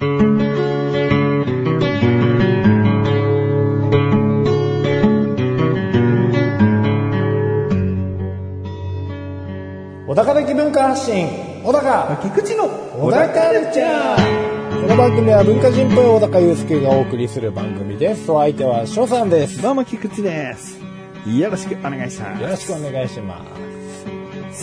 小高的文化発信、小高菊池の小高カルチャー。この番組は文化人っぽい小高祐介がお送りする番組です。お相手は翔さんです。 どうも菊池です。よろしくお願いします。 よろしくお願いします。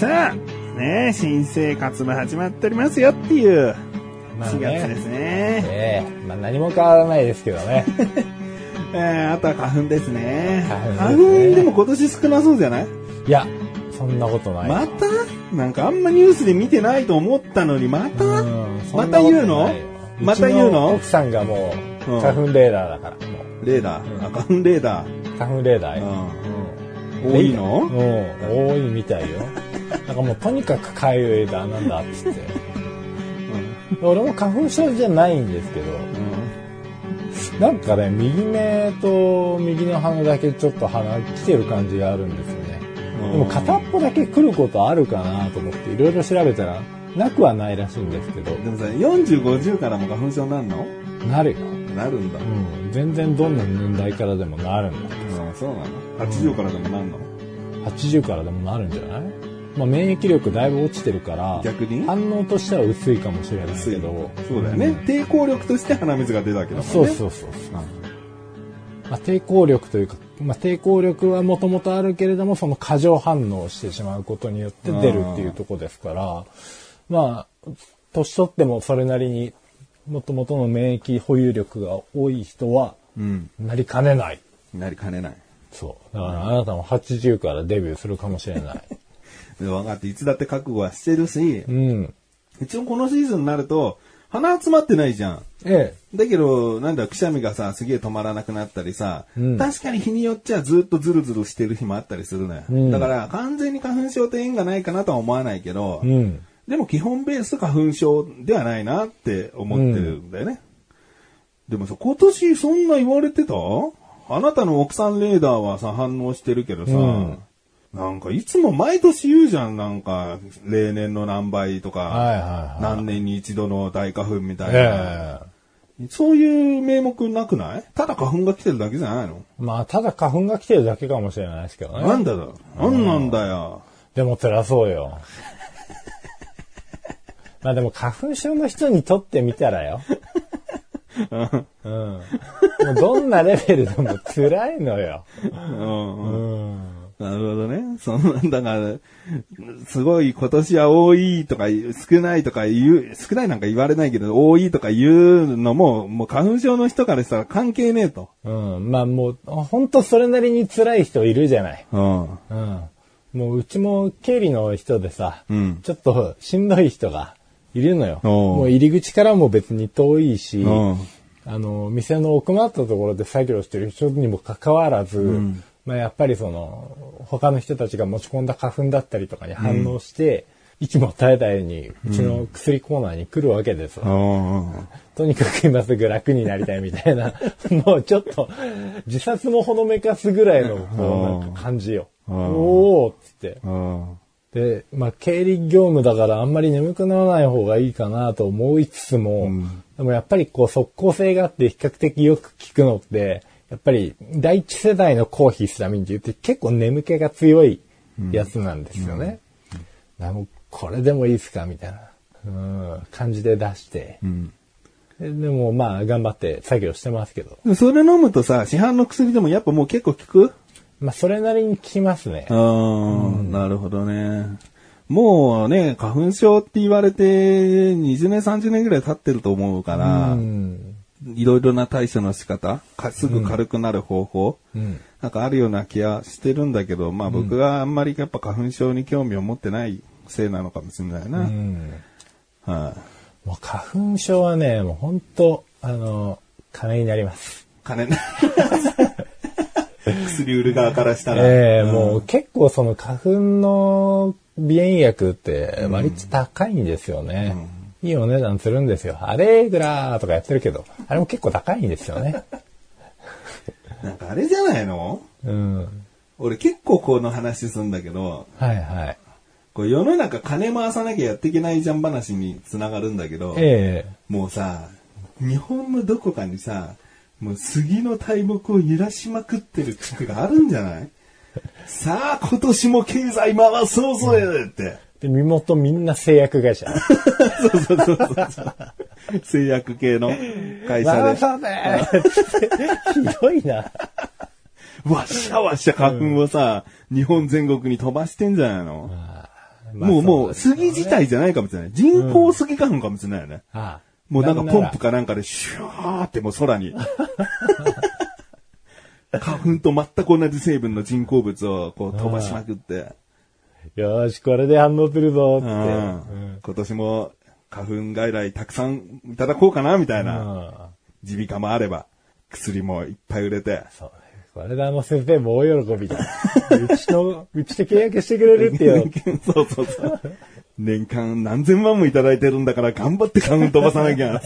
さあね、新生活も始まっておりますよっていう4月ですね。 何も変わらないですけどね。 あとは花粉ですね。 花粉ですね。 でも今年少なそうじゃない？ いや、そんなことない。 またなんかあんまニュースで見てないと思ったのにまた言うの？また言うの？ 奥さんがもう花粉レーダーだから。もうレーダー、花粉レーダー。 花粉レーダーよ。 多いの？ 多いみたいよ。なんかもうとにかくかゆいだなんだっつって。俺も花粉症じゃないんですけど、なんかね、右目と右の鼻だけちょっと鼻来てる感じがあるんですよね。でも片っぽだけ来ることあるかなと思っていろいろ調べたらなくはないらしいんですけど。 でもさ、40、50からも花粉症なんの？ なるよ。 なるんだ。 全然どんな年代からでもなるんだ。 そうなの？80からでもなんの ？80からでもなるんじゃない？まあ、免疫力だいぶ落ちてるから逆に反応としては薄いかもしれないけど。 そうだよね、抵抗力として鼻水が出たわけだもんね。 そう、まあ、抵抗力というか、まあ、抵抗力はもともとあるけれどもその過剰反応してしまうことによって出るっていうところですから、まあ年取ってもそれなりにもともとの免疫保有力が多い人はなりかねない、 なりかねない。 そうだからあなたも80からデビューするかもしれない。 分かって、いつだって覚悟はしてるし、一応このシーズンになると鼻集まってないじゃん。だけどなんだ、くしゃみがさすげえ止まらなくなったりさ、確かに日によっちゃずっとズルズルしてる日もあったりするのよ、だから完全に花粉症と縁がないかなとは思わないけど、でも基本ベース花粉症ではないなって思ってるんだよね、でもさ、今年そんな言われてた？あなたの奥さんレーダーはさ反応してるけどさ、なんかいつも毎年言うじゃん、なんか例年の何倍とか、何年に一度の大花粉みたいな、そういう名目なくない？ただ花粉が来てるだけじゃないの？ まあただ花粉が来てるだけかもしれないですけどね。 なんだろう、なんなんだよ。 でも辛そうよ。まあでも花粉症の人にとってみたらよ。もうどんなレベルでも辛いのよ。なるほどね。だから、すごい今年は多いとか少ないとか少ないなんか言われないけど、多いとか言うのも、もう花粉症の人からしたら関係ねえと。 まあもう、本当それなりに辛い人いるじゃない。もううちも経理の人でさ、ちょっとしんどい人がいるのよ。もう入り口からも別に遠いし、店の奥まったところで作業してる人にもかかわらず、まあ、やっぱりその他の人たちが持ち込んだ花粉だったりとかに反応して、息も絶え絶えにうちの薬コーナーに来るわけですよ。とにかく今すぐ楽になりたいみたいな、もうちょっと自殺もほのめかすぐらいのこうなんか感じよ。おーっつって。で、まあ経理業務だからあんまり眠くならない方がいいかなと思いつつも、でもやっぱりこう即効性があって比較的よく効くのって、やっぱり第一世代の抗ヒスタミンって言って結構眠気が強いやつなんですよね。これでもいいですかみたいな、感じで出して、でもまあ頑張って作業してますけど。 それ飲むとさ、市販の薬でもやっぱもう結構効く？ まあそれなりに効きますね。 なるほどね。もうね、花粉症って言われて20年30年ぐらい経ってると思うから、いろいろな対処の仕方、すぐ軽くなる方法、なんかあるような気はしてるんだけど、まあ僕があんまりやっぱ花粉症に興味を持ってないせいなのかもしれないな。 もう花粉症はね、もう本当金になります。 金にな薬売る側からしたら。 もう結構その花粉の鼻炎薬って割と高いんですよね。いいお値段するんですよ。アレーグラーとかやってるけど、あれも結構高いんですよね。 なんかあれじゃないの？俺結構この話するんだけど、こう世の中金回さなきゃやっていけないじゃん話につながるんだけど、もうさ、 日本のどこかにさ、もう杉の大木を揺らしまくってる地区があるんじゃない？さあ、今年も経済回そうぞって。 で、身元みんな製薬会社。 そう。製薬系の会社で。 そうねひどいな。 わっしゃわっしゃ花粉をさ、日本全国に飛ばしてんじゃないの？もう、杉自体じゃないかもしれない。人工杉花粉かもしれないよね。もうなんかポンプかなんかでシュワーってもう空に。花粉と全く同じ成分の人工物をこう飛ばしまくって。 よーし、これで反応するぞって。 今年も花粉外来たくさんいただこうかなみたいな。耳鼻科もあれば、薬もいっぱい売れて。 そう。これで先生も大喜びだ。うちと契約してくれるってよ。 そう。年間何千万もいただいてるんだから頑張って花粉飛ばさなきゃ。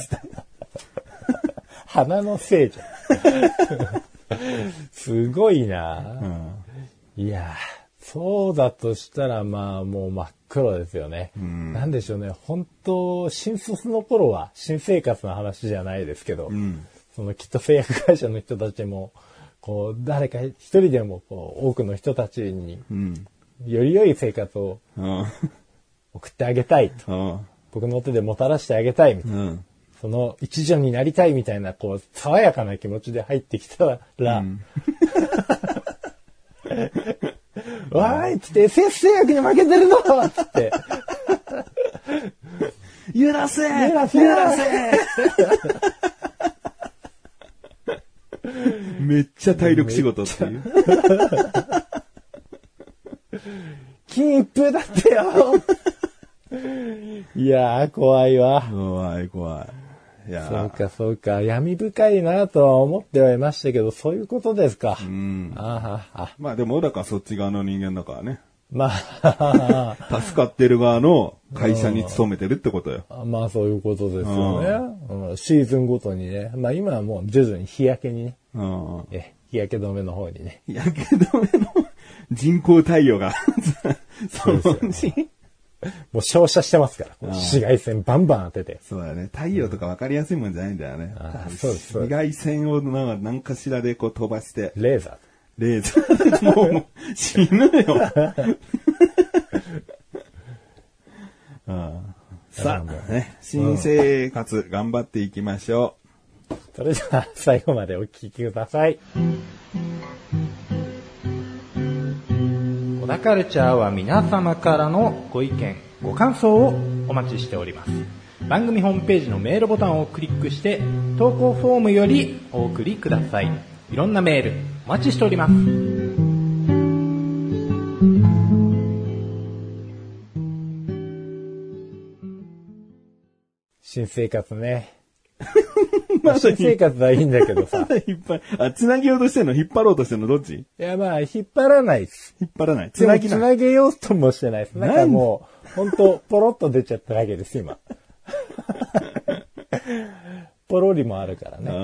鼻のせいじゃん。すごいな、いや、そうだとしたらまあもう真っ黒ですよね。なんでしょうね。本当、新卒の頃は新生活の話じゃないですけど、きっと製薬会社の人たちも、こう、誰か一人でもこう多くの人たちに、より良い生活を送ってあげたいと。僕の手でもたらしてあげたいみたいな。その一助になりたいみたいな、こう、爽やかな気持ちで入ってきたら、わーいっつって、SS 製薬に負けてるぞっつって。 揺らせめっちゃ体力仕事っていう。 金一封だってよいやー、怖いわ。 怖い。いやそうか。闇深いなとは思ってはいましたけど、そういうことですか。 まあでも、だからそっち側の人間だからね。 まあ、 助かってる側の会社に勤めてるってことよ。 まあそういうことですよね。シーズンごとにね。まあ今はもう徐々に日焼けにね。日焼け止めの方にね。 日焼け止めの人工太陽がそうですよ。もう照射してますから。紫外線バンバン当てて。 そうだね。太陽とか分かりやすいもんじゃないんだよね。 そうです。 紫外線を何かしらでこう飛ばして。 レーザー。もう死ぬよ。さあ、ね、新生活頑張っていきましょう。それでは最後までお聞きください。小田カルチャーは皆様からのご意見、ご感想をお待ちしております。番組ホームページのメールボタンをクリックして投稿フォームよりお送りください。いろんなメールお待ちしております。新生活ね。新生活はいいんだけどさ。 つなげようとしてんの？引っ張ろうとしてんの？どっち？ いやまあ、引っ張らないです。 引っ張らない。 つなげようともしてないです。なんかもう、ほんと、ポロッと出ちゃっただけです、今。ポロリもあるからね。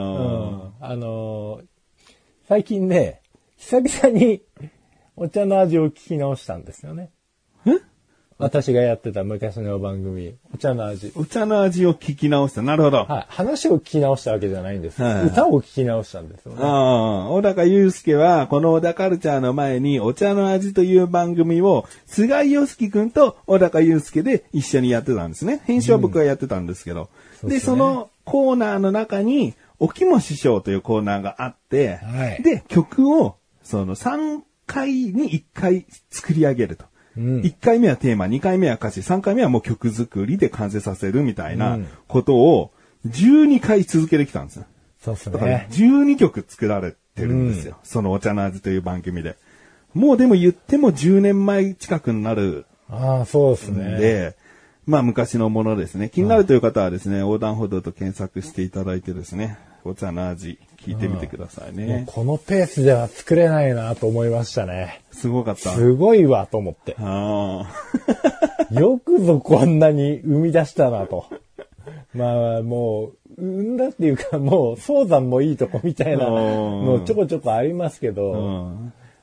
最近ね、久々にお茶の味を聞き直したんですよね。私がやってた昔の番組、お茶の味。 お茶の味を聞き直した。なるほど。 はい。話を聞き直したわけじゃないんです。歌を聞き直したんですよね。 小高祐介は、この小田カルチャーの前に、お茶の味という番組を、菅井良樹くんと小高祐介で一緒にやってたんですね。編集は僕がやってたんですけど。で、そのコーナーの中に、おきも師匠というコーナーがあって、で、曲を、3回に1回作り上げると。1回目はテーマ、2回目は歌詞、3回目はもう曲作りで完成させるみたいなことを12回続けてきたんですよ。 そうですね。 だから12曲作られてるんですよ。そのお茶の味という番組で。もうでも言っても10年前近くになる。 そうですね。 で、まあ昔のものですね。気になるという方はですね、横断歩道と検索していただいてですね、お茶の味聞いてみてくださいね。 もうこのペースでは作れないなと思いましたね。 すごかった。 すごいわと思って。よくぞこんなに生み出したなと。まあもう、生んだっていうかもう早産もいいとこみたいなのちょこちょこありますけど、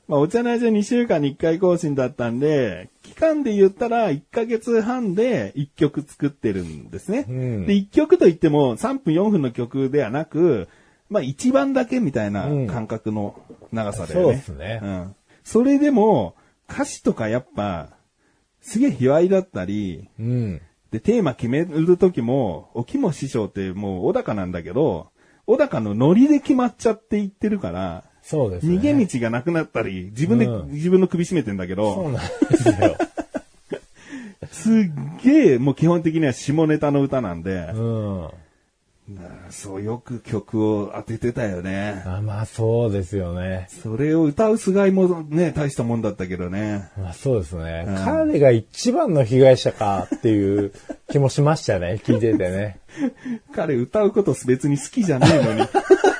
まあ、お茶の味は2週間に1回更新だったんで、期間で言ったら1ヶ月半で1曲作ってるんですね。うん、で、1曲といっても3分4分の曲ではなく、まあ、1番だけみたいな感覚の長さだよね。 そうですね。 うん。それでも、歌詞とかやっぱ、すげえ卑猥だったり、うん、で、テーマ決めるときも、おきも師匠ってもう小高なんだけど、小高のノリで決まっちゃっていってるから、 そうですね。 逃げ道がなくなったり、自分の首絞めてんだけど、 そうなんですよ。 すっげえ、もう基本的には下ネタの歌なんで、うん、そうよく曲を当ててたよね。 まあそうですよね。 それを歌う菅井もね、大したもんだったけどね。 まあそうですね。うん、彼が一番の被害者かっていう気もしましたね、聞いててね。 彼歌うこと別に好きじゃねえのに。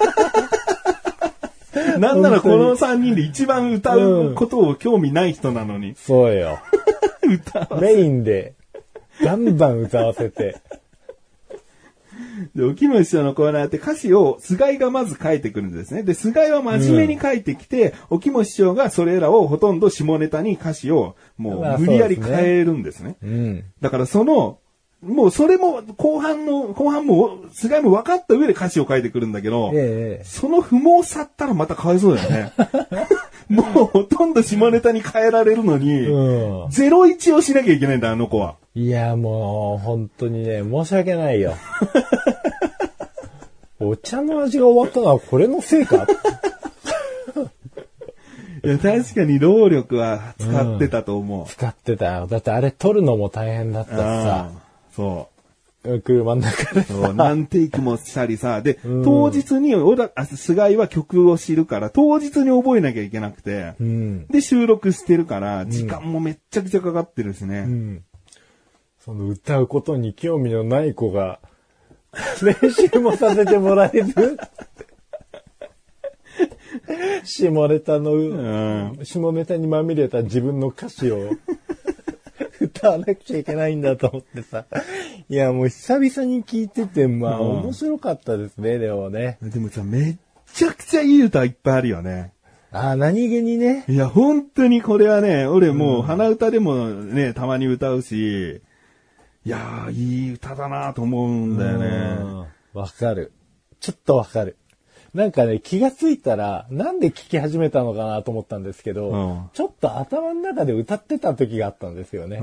なんならこの3人で一番歌うことを興味ない人なのに。 そうよ。メインでバンバン歌わせて。 で、おきも師匠のコーナーって歌詞を菅井がまず書いてくるんですね。で、菅井は真面目に書いてきて、おきも師匠がそれらをほとんど下ネタに歌詞をもう無理やり変えるんですね。だからもうそれも後半も菅井も分かった上で歌詞を書いてくるんだけど、その不毛さったらまたかわいそうだよね。もうほとんど下ネタに変えられるのに、01をしなきゃいけないんだ、あの子は。 いや、もう本当にね、申し訳ないよ。お茶の味が終わったのはこれのせいかいや、確かに労力は使ってたと思う。 使ってたよ。だってあれ撮るのも大変だったしさ。 そう。 車の中でそう。何テイクもしたりさ。で、当日に菅井は曲を知るから、当日に覚えなきゃいけなくて。で、収録してるから、時間もめっちゃくちゃかかってるしね。 その歌うことに興味のない子が、練習もさせてもらえず。下ネタにまみれた自分の歌詞を歌わなくちゃいけないんだと思ってさ。いや、もう久々に聞いてて、まあ面白かったですね、でもね。 でもさ、めっちゃくちゃいい歌いっぱいあるよね。 何気にね。 いや、本当にこれはね、俺もう鼻歌でもね、たまに歌うし、いやー、いい歌だなと思うんだよね。 わかる。ちょっとわかる。なんかね、気がついたら、なんで聴き始めたのかなと思ったんですけど、ちょっと頭の中で歌ってた時があったんですよね。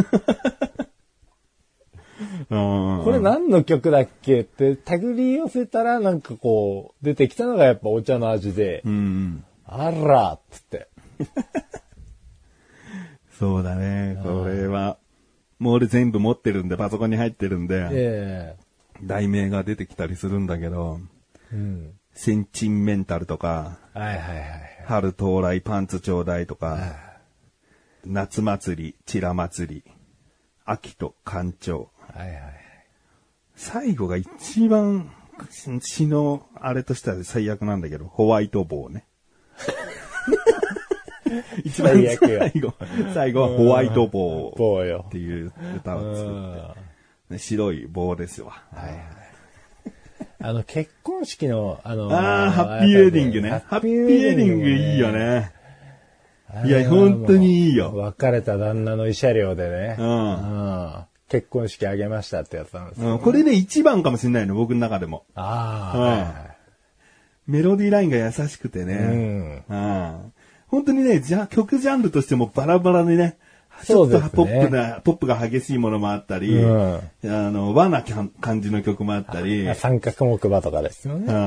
これ何の曲だっけって手繰り寄せたらなんかこう出てきたのがやっぱお茶の味で、あらっつって。 そうだね、これは。もう俺全部持ってるんで、パソコンに入ってるんで、題名が出てきたりするんだけど、センチンメンタルとか、春到来パンツちょうだいとか、夏祭り、チラ祭り、秋と干潮。最後が一番詩のあれとしては最悪なんだけど、ホワイト帽ね。一番最後はホワイト帽っていう歌を作って、白い棒ですよ。 結婚式のハッピーウェディングね。ハッピーウェディングいいよね。いや、本当にいいよ。 別れた旦那の慰謝料でね。結婚式あげましたってやつなんですよ、ね。 これね、一番かもしれないの、僕の中でも。メロディーラインが優しくてね。本当にね、曲ジャンルとしてもバラバラでね、ちょっとポップが激しいものもあったり、和な感じの曲もあったり。 三角木馬とかですよね。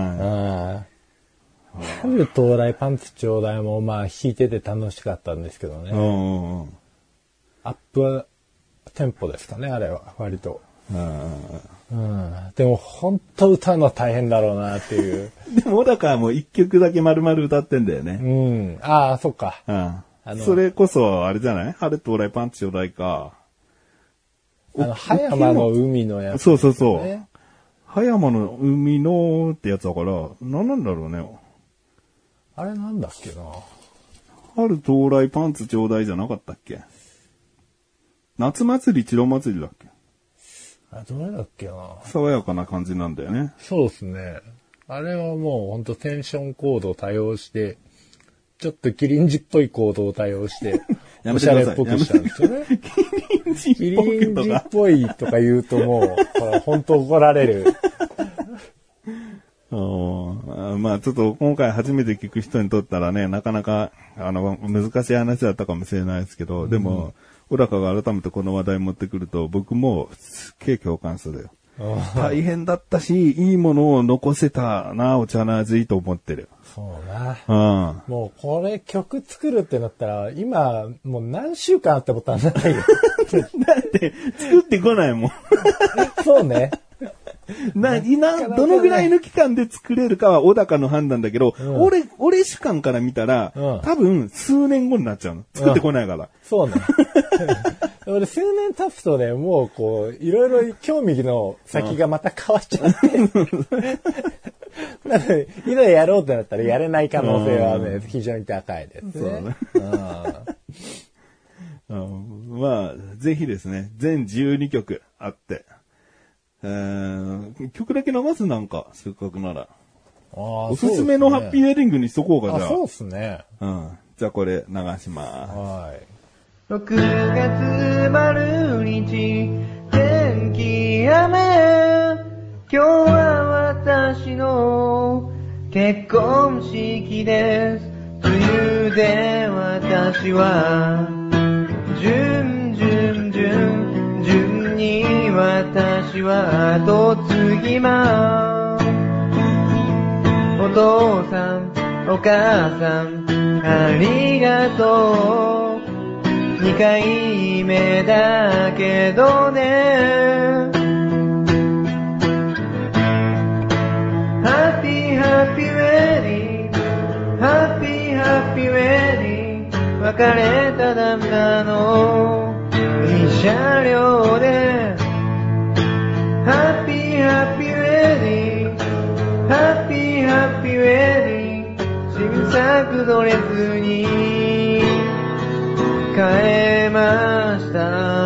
春到来パンツちょうだいもまあ弾いてて楽しかったんですけどね。アップテンポですかね、あれは、割と。でも本当歌うのは大変だろうなっていう。 でも小高はもう一曲だけ丸々歌ってんだよね。 そっか。 それこそあれじゃない？春到来パンツちょうだいか。 葉山の海のやつ、 ね。そう。葉山の海のってやつだから、何なんだろうね。 あれなんだっけな。 春到来パンツちょうだいじゃなかったっけ？夏祭り、チロ祭りだっけ？ どれだっけな。 爽やかな感じなんだよね。 そうですね。あれはもうほんとテンションコード多用してちょっとキリンジっぽい行動対応して、おしゃれっぽくしたんですよね。キリンジっぽいとか言うともう、これ本当怒られる。 まあちょっと今回初めて聞く人にとったらね、なかなか難しい話だったかもしれないですけど、でも、小高が改めてこの話題持ってくると、僕もすっげえ共感するよ。大変だったし、いいものを残せたな、お茶の味と思ってる。 そうな。もうこれ曲作るってなったら、今、もう何週間あったことはないよ。 だって作ってこないもん。 そうね。 どのぐらいの期間で作れるかは小高の判断だけど、俺主観から見たら、多分数年後になっちゃうの。作ってこないから。 そうね。俺数年経つとね、もうこう、いろいろ興味の先がまた変わっちゃって。なので、いざやろうってなったらやれない可能性はね、非常に高いですね。そうね。 まあ、ぜひですね、全12曲あって、曲だけ流すなんか、せっかくなら。おすすめのハッピーエンディングにしとこうか、じゃあ。 そうですね。 じゃあこれ流します。 はい。 6月丸日天気雨、今日は私の結婚式です。梅雨で私は順に私は嫁ぎます。お父さんお母さんありがとう。2回目だけどね。ハッピーハッピーウェディング、ハッピーハッピーウェディング、別れた旦那のいい車両で。ハッピーハッピーウェディング、ハッピーハッピーウェディング、新作ドレスに変えました。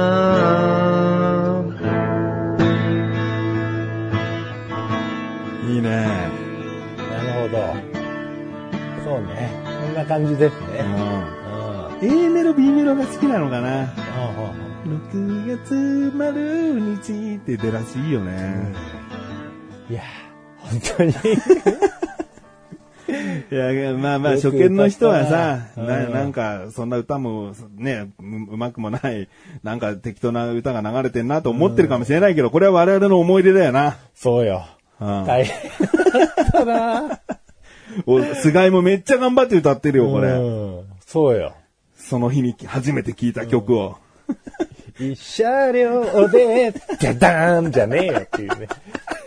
いいね。 なるほど。そうね。こんな感じですね。 A メロ B メロが好きなのかな。6月丸日って出らしいよね。 いや、本当に。 いや、まあまあ、初見の人はさ、なんか、そんな歌もね、うまくもない、なんか適当な歌が流れてんなと思ってるかもしれないけど、これは我々の思い出だよな。 そうよ。大変だったな。 菅井もめっちゃ頑張って歌ってるよ、これ。 そうよ。 その日に初めて聴いた曲を。 一車両で、ダダーンじゃねえよっていうね。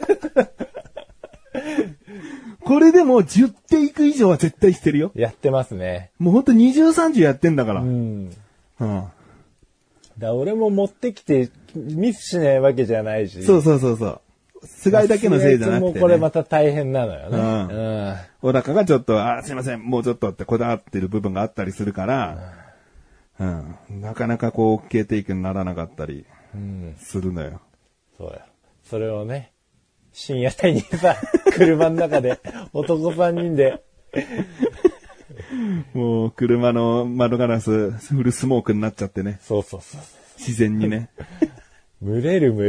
これでも10テイク以上は絶対してるよ。 やってますね。 もうほんと20、30やってんだから。 だ俺も持ってきてミスしないわけじゃないし。 そう。菅井だけのせいじゃなくて、ね。 もうこれまた大変なのよね。 小高がちょっと、すいません、もうちょっとってこだわってる部分があったりするから、なかなかこう、消えていくにならなかったり、するのよ。 そうよ。それをね、深夜帯にさ、車の中で、男3人で。 もう、車の窓ガラス、フルスモークになっちゃってね。 そう。 自然にね。 蒸れる。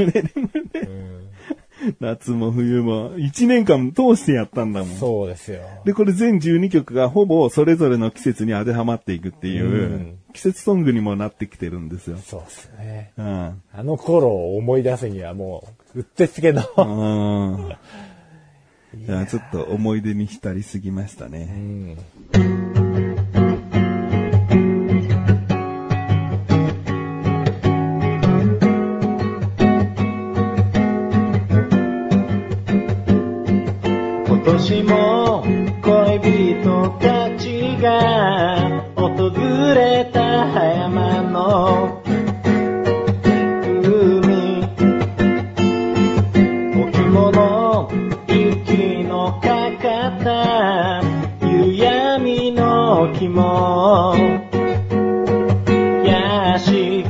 夏も冬も、1年間通してやったんだもん。 そうですよ。 で、これ全12曲がほぼそれぞれの季節に当てはまっていくっていう、季節ソングにもなってきてるんですよ。 そうですね。 あの頃を思い出すにはもう、うってつけの。 いや、ちょっと思い出に浸りすぎましたね。 今年も恋人たちが訪れた葉山の海、お着物雪のかかった夕闇の肝屋敷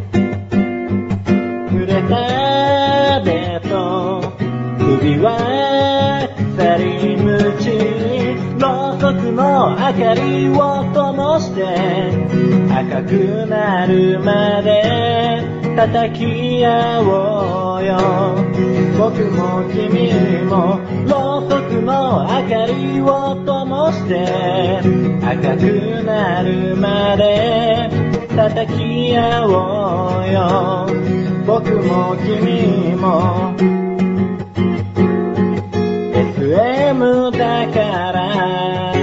濡れた手と首は去り道ろうそくの明かりを灯して赤くなるまで叩き合おうよ。僕も君もろうそくの明かりを灯して赤くなるまで叩き合おうよ。僕も君も FM だから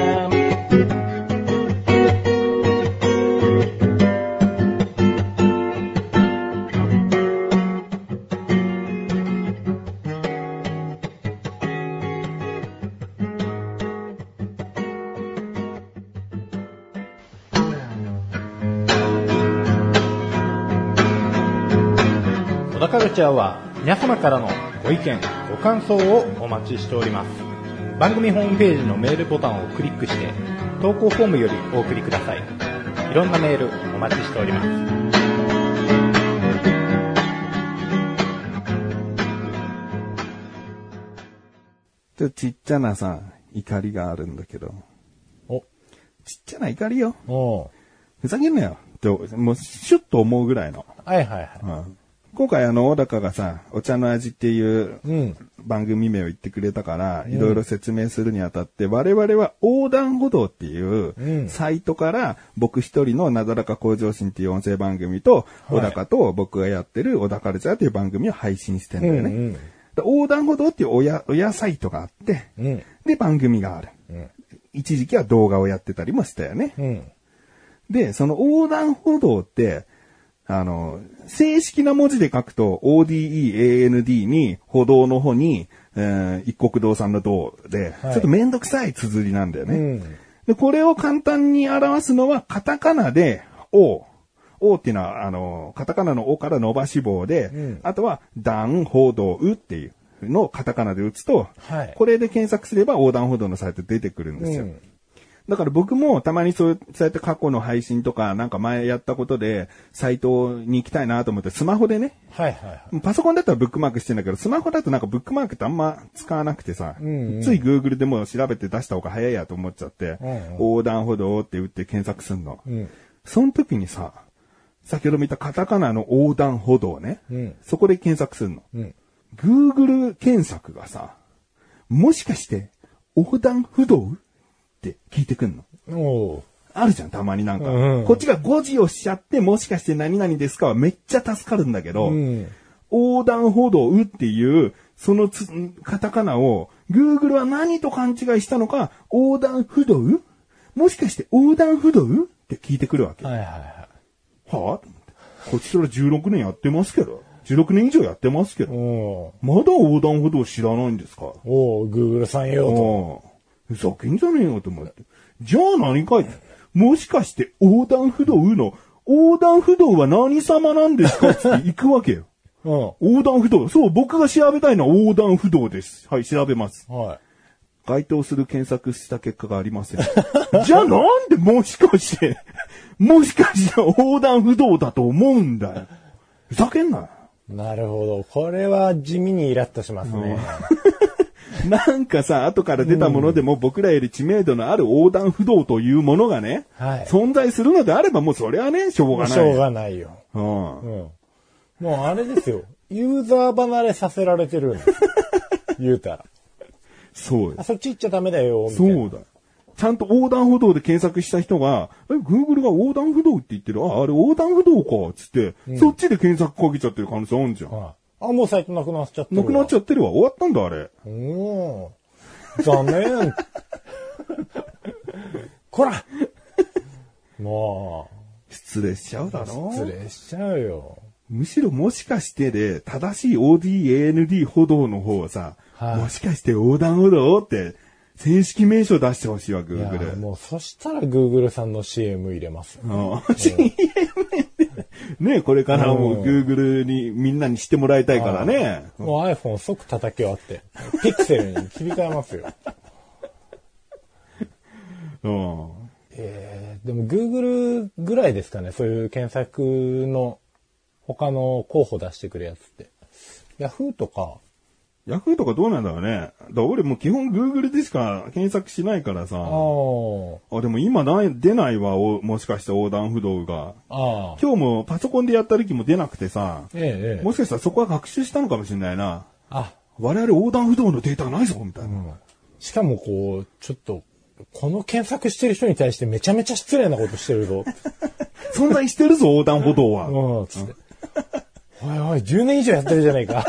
小田カルチャーは皆様からのご意見、ご感想をお待ちしております。番組ホームページのメールボタンをクリックして投稿フォームよりお送りください。いろんなメールお待ちしております。 ちっちゃなさ、怒りがあるんだけど。 お、 ちっちゃな怒りよ。 お、 ふざけんなよ。って、もう、シュッと思うぐらいの。 はいはいはい。 今回小高がさ、お茶の味っていう番組名を言ってくれたから、いろいろ説明するにあたって、我々は横断歩道っていうサイトから僕一人のなだらか向上心っていう音声番組と、小高と僕がやってる小高カルチャーっていう番組を配信してんだよね。横断歩道っていう親サイトがあって、で、番組がある。一時期は動画をやってたりもしたよね。で、その横断歩道って、正式な文字で書くと ODEAND に歩道の方に、一国道産の道で、ちょっとめんどくさい綴りなんだよね。で、これを簡単に表すのはカタカナで O。O っていうのは、カタカナの O から伸ばし棒で、あとは断歩道っていうのをカタカナで打つと、これで検索すれば横断歩道のサイト出てくるんですよ。だから僕もたまにそうやって過去の配信とかなんか前やったことでサイトに行きたいなと思ってスマホでね。パソコンだったらブックマークしてんだけどスマホだとなんかブックマークってあんま使わなくてさ、つい Google でも調べて出した方が早いやと思っちゃって、横断歩道って打って検索すんの。その時にさ、先ほど見たカタカナの横断歩道ね。そこで検索すんの。Google 検索がさ、もしかして横断歩道って聞いてくんの。あるじゃん、たまになんか。こっちが誤字をしちゃって、もしかして何々ですかはめっちゃ助かるんだけど、横断歩道っていう、そのカタカナを、Google は何と勘違いしたのか、横断歩道もしかして横断歩道って聞いてくるわけ。はぁ、こっちら16年やってますけど。16年以上やってますけど。まだ横断歩道知らないんですか Google さんよと。 ふざけんじゃねえよと思って。じゃあ何かいもしかして横断歩道の、横断歩道は何様なんですかって行くわけよ。横断歩道。そう、僕が調べたいのは横断歩道です。はい、調べます。該当する検索した結果がありません。じゃあなんでもしかして横断歩道だと思うんだよ。ふざけんなよ。 なるほど。これは地味にイラッとしますね。 なんかさ、後から出たものでも僕らより知名度のある横断歩道というものがね、存在するのであればもうそれはね、しょうがない。 しょうがないよ。もうあれですよ。ユーザー離れさせられてるんですよ。言うたら。 そうよ。 そっち行っちゃダメだよ、みたいな。 そうだ。ちゃんと横断歩道で検索した人が、Google が横断歩道って言ってる。あれ横断歩道か、つって、そっちで検索かけちゃってる可能性あるじゃん。 もうサイトなくなっちゃってるわ。 なくなっちゃってるわ。終わったんだ、あれ。 残念。こらもう。失礼しちゃうだろ。 失礼しちゃうよ。 むしろもしかしてで、正しい ODAND 歩道の方をさ、もしかして横断歩道って、正式名称出してほしいわ、Google。 もうそしたら Google さんの CM 入れますよ。 CM ね、これからもう Google にみんなにしてもらいたいからね。 もう iPhone 即叩き終わって、ピクセルに切り替えますよ。でも Google ぐらいですかね、そういう検索の他の候補出してくるやつって。Yahoo とかヤフーとかどうなんだろうね。俺もう基本 Google でしか検索しないからさ。でも今出ないわ、もしかして横断不動が。今日もパソコンでやった時も出なくてさ。もしかしたらそこは学習したのかもしれないな。我々横断不動のデータないぞ、みたいな。 しかもこう、ちょっと、この検索してる人に対してめちゃめちゃ失礼なことしてるぞ。 存在してるぞ、横断歩道は。 つって。おいおい、10年以上やってるじゃないか。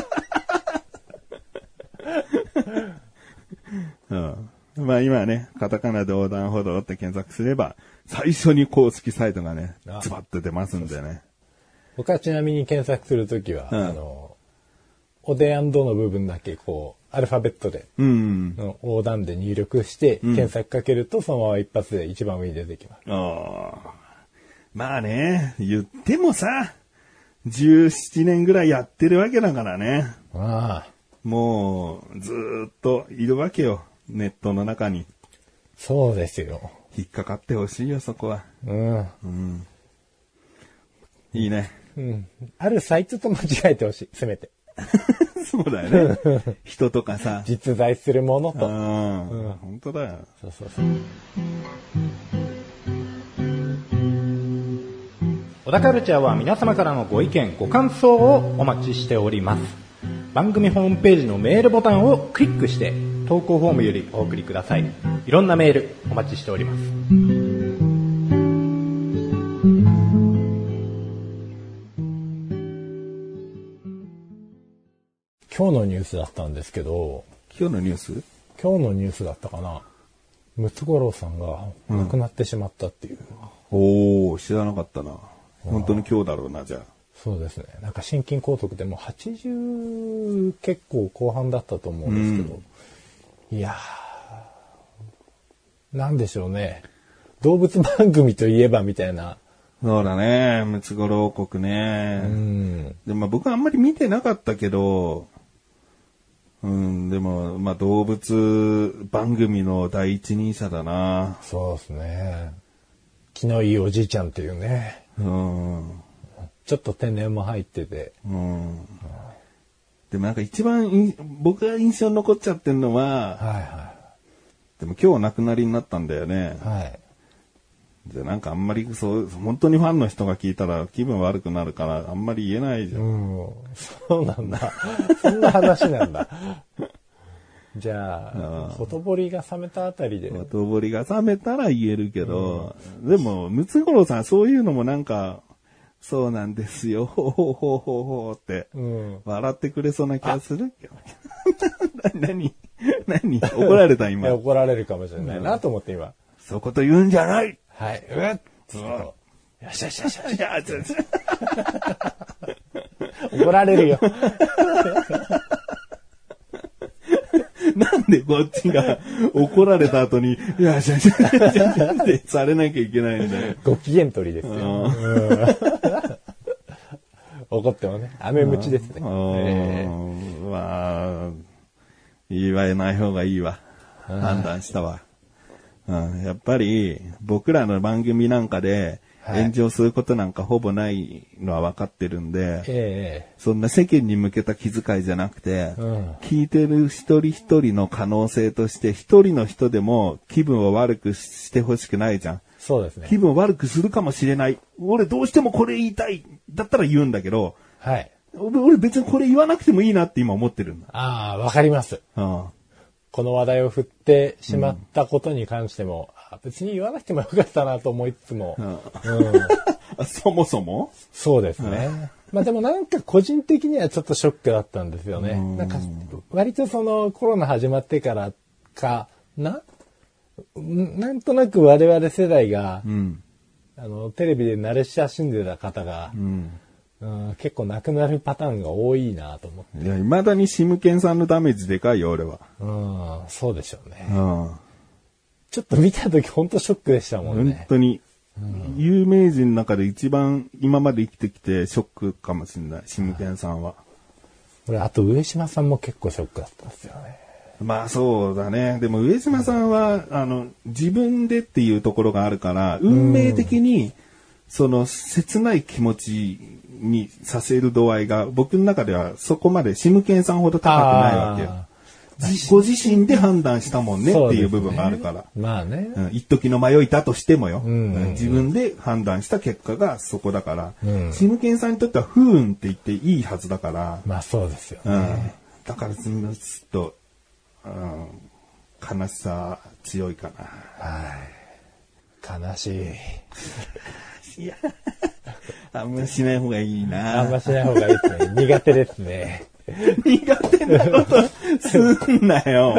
まあ今ね、カタカナで横断歩道って検索すれば、最初に公式サイトがね、ズバッと出ますんでね。 僕はちなみに検索するときは、おで&の部分だけこう、アルファベットで、横断で入力して検索かけると、そのまま一発で一番上に出てきます。 まあね、言ってもさ、17年ぐらいやってるわけだからね。もう、ずーっといるわけよ。ネットの中に。 そうですよ。 引っかかってほしいよ、そこは。いいね。 あるサイトと間違えてほしい、せめて。 そうだよね。人とかさ。 実在するものと。 本当だよ。 そう。 小田カルチャーは皆様からのご意見、ご感想をお待ちしております。番組ホームページのメールボタンをクリックして投稿フォームよりお送りください。いろんなメールお待ちしております。 今日のニュースだったんですけど。 今日のニュースだったかな。ムツゴロウさんが亡くなってしまったっていう。 知らなかったな。本当に今日だろうな、じゃあ。 そうですね。なんか心筋梗塞でも80結構後半だったと思うんですけど。いやー、なんでしょうね。動物番組といえばみたいな。 そうだね。ムツゴロウ王国ね。でも僕はあんまり見てなかったけど、でも、まあ動物番組の第一人者だな。 そうですね。気のいいおじいちゃんっていうね。ちょっと天然も入ってて。でもなんか一番僕が印象に残っちゃってるのは、でも今日亡くなりになったんだよね。じゃあなんかあんまり本当にファンの人が聞いたら気分悪くなるからあんまり言えないじゃん。 そうなんだ。そんな話なんだ。じゃあ、ほとぼりが冷めたあたりで。 ほとぼりが冷めたら言えるけど、でも、ムツゴロウさんそういうのもなんか、そうなんですよ、ほほほほほって、笑ってくれそうな気がするけど。何怒られた今。 怒られるかもしれないなと思って今。 そういうこと言うんじゃない。 はい。よし。怒られるよ。 なんでこっちが怒られた後に、いや、ってされなきゃいけないんだよ。 ご機嫌取りですよ。怒ってもね、飴ムチですね。 まあ、言わない方がいいわ。判断したわ。やっぱり、僕らの番組なんかで、炎上することなんかほぼないのは分かってるんで、そんな世間に向けた気遣いじゃなくて、聞いてる一人一人の可能性として一人の人でも気分を悪くしてほしくないじゃん。 そうですね。 気分を悪くするかもしれない。俺どうしてもこれ言いたい。だったら言うんだけど、俺別にこれ言わなくてもいいなって今思ってるんだ。 わかります。この話題を振ってしまったことに関しても、別に言わなくてもよかったなと思いつつも。 そもそもそうですね。まあでもなんか個人的にはちょっとショックだったんですよね。なんか割とそのコロナ始まってからかなんとなく我々世代が、テレビで慣れ親しんでた方が、結構なくなるパターンが多いなと思って。 いや、未だにシムケンさんのダメージでかいよ、俺は。 そうでしょうね。ちょっと見たとき本当ショックでしたもんね。 本当に。有名人の中で一番今まで生きてきてショックかもしれない、シムケンさんは。 俺、あと上島さんも結構ショックだったんですよね。 まあそうだね。でも上島さんは、自分でっていうところがあるから、運命的に、その切ない気持ちにさせる度合いが僕の中ではそこまでシムケンさんほど高くないわけよ。ご自身で判断したもんねっていう部分があるから。 まあね。 一時の迷いだとしてもよ、自分で判断した結果がそこだから、シムケンさんにとっては不運って言っていいはずだから。 まあそうですよね。 だからずっと、悲しさ強いかな。 はい。悲しい。 いや、あんましない方がいいな。 あんましない方がいいですね。苦手ですね。 苦手なことすんなよ。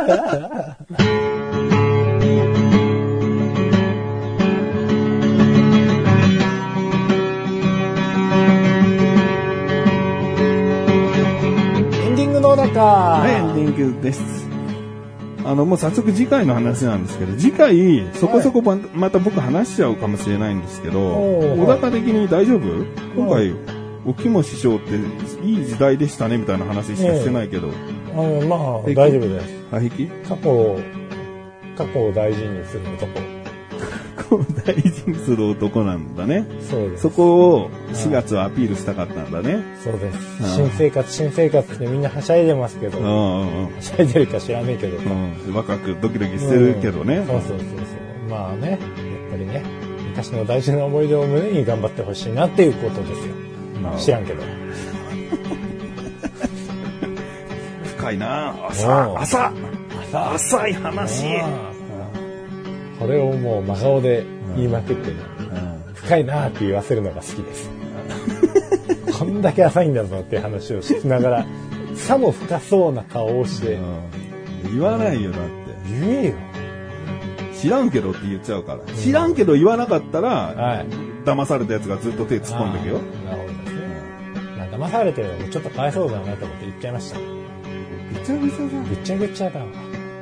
エンディングの中。 はい、エンディングです。もう早速次回の話なんですけど、次回そこそこまた僕話しちゃうかもしれないんですけど、小高的に大丈夫？今回、おきも師匠っていい時代でしたねみたいな話しかしてないけど。 まあ大丈夫です。 平気？ 過去を大事にする男。 過去を大事にする男なんだね。 そうです。 そこを4月はアピールしたかったんだね。 そうです。新生活ってみんなはしゃいでますけど、はしゃいでるか知らねえけど、 若くドキドキしてるけどね。 そう。まあね、やっぱりね、昔の大事な思い出を胸に頑張ってほしいなっていうことですよ。知らんけど。 深いな。浅い話。 これをもう真顔で言いまくってね、深いなって言わせるのが好きです。こんだけ浅いんだぞっていう話をしながら、さも深そうな顔をして、 言わないよだって。 言えよ。 知らんけどって言っちゃうから。知らんけど言わなかったら、騙されたやつがずっと手突っ込んでくよ。 なるほどですね。騙されてるのもちょっとかわいそうだなと思って言っちゃいました。 ぐちゃぐちゃだ。 ぐちゃぐちゃだわ。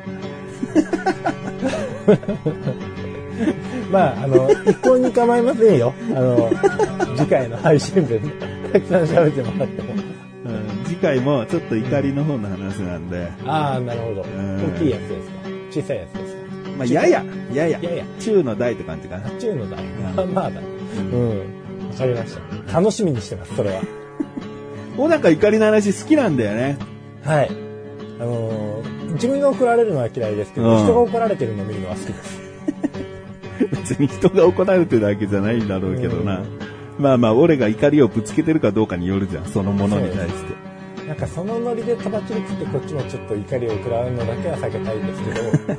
まあ、一向に構いませんよ。次回の配信でたくさん喋ってもらっても。 次回もちょっと怒りの方の話なんで。 なるほど。大きいやつですか？小さいやつですか？ まあ、やや。中の大って感じかな。 中の大。まあだ。わかりました。楽しみにしてます、それは。 小高怒りの話好きなんだよね。 はい。自分が怒られるのは嫌いですけど、人が怒られてるのを見るのは好きです。 別に人が怒られてるだけじゃないんだろうけどな。まあ、俺が怒りをぶつけてるかどうかによるじゃん、そのものに対して。 なんかそのノリでとばっちり食ってこっちもちょっと怒りを食らうのだけは避けたいんですけ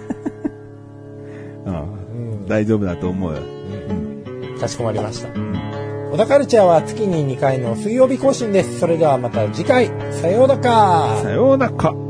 ど。 大丈夫だと思うよ。 かしこまりました。小田カルチャーは月に2回の水曜日更新です。それではまた次回、さようなら。 さようなら。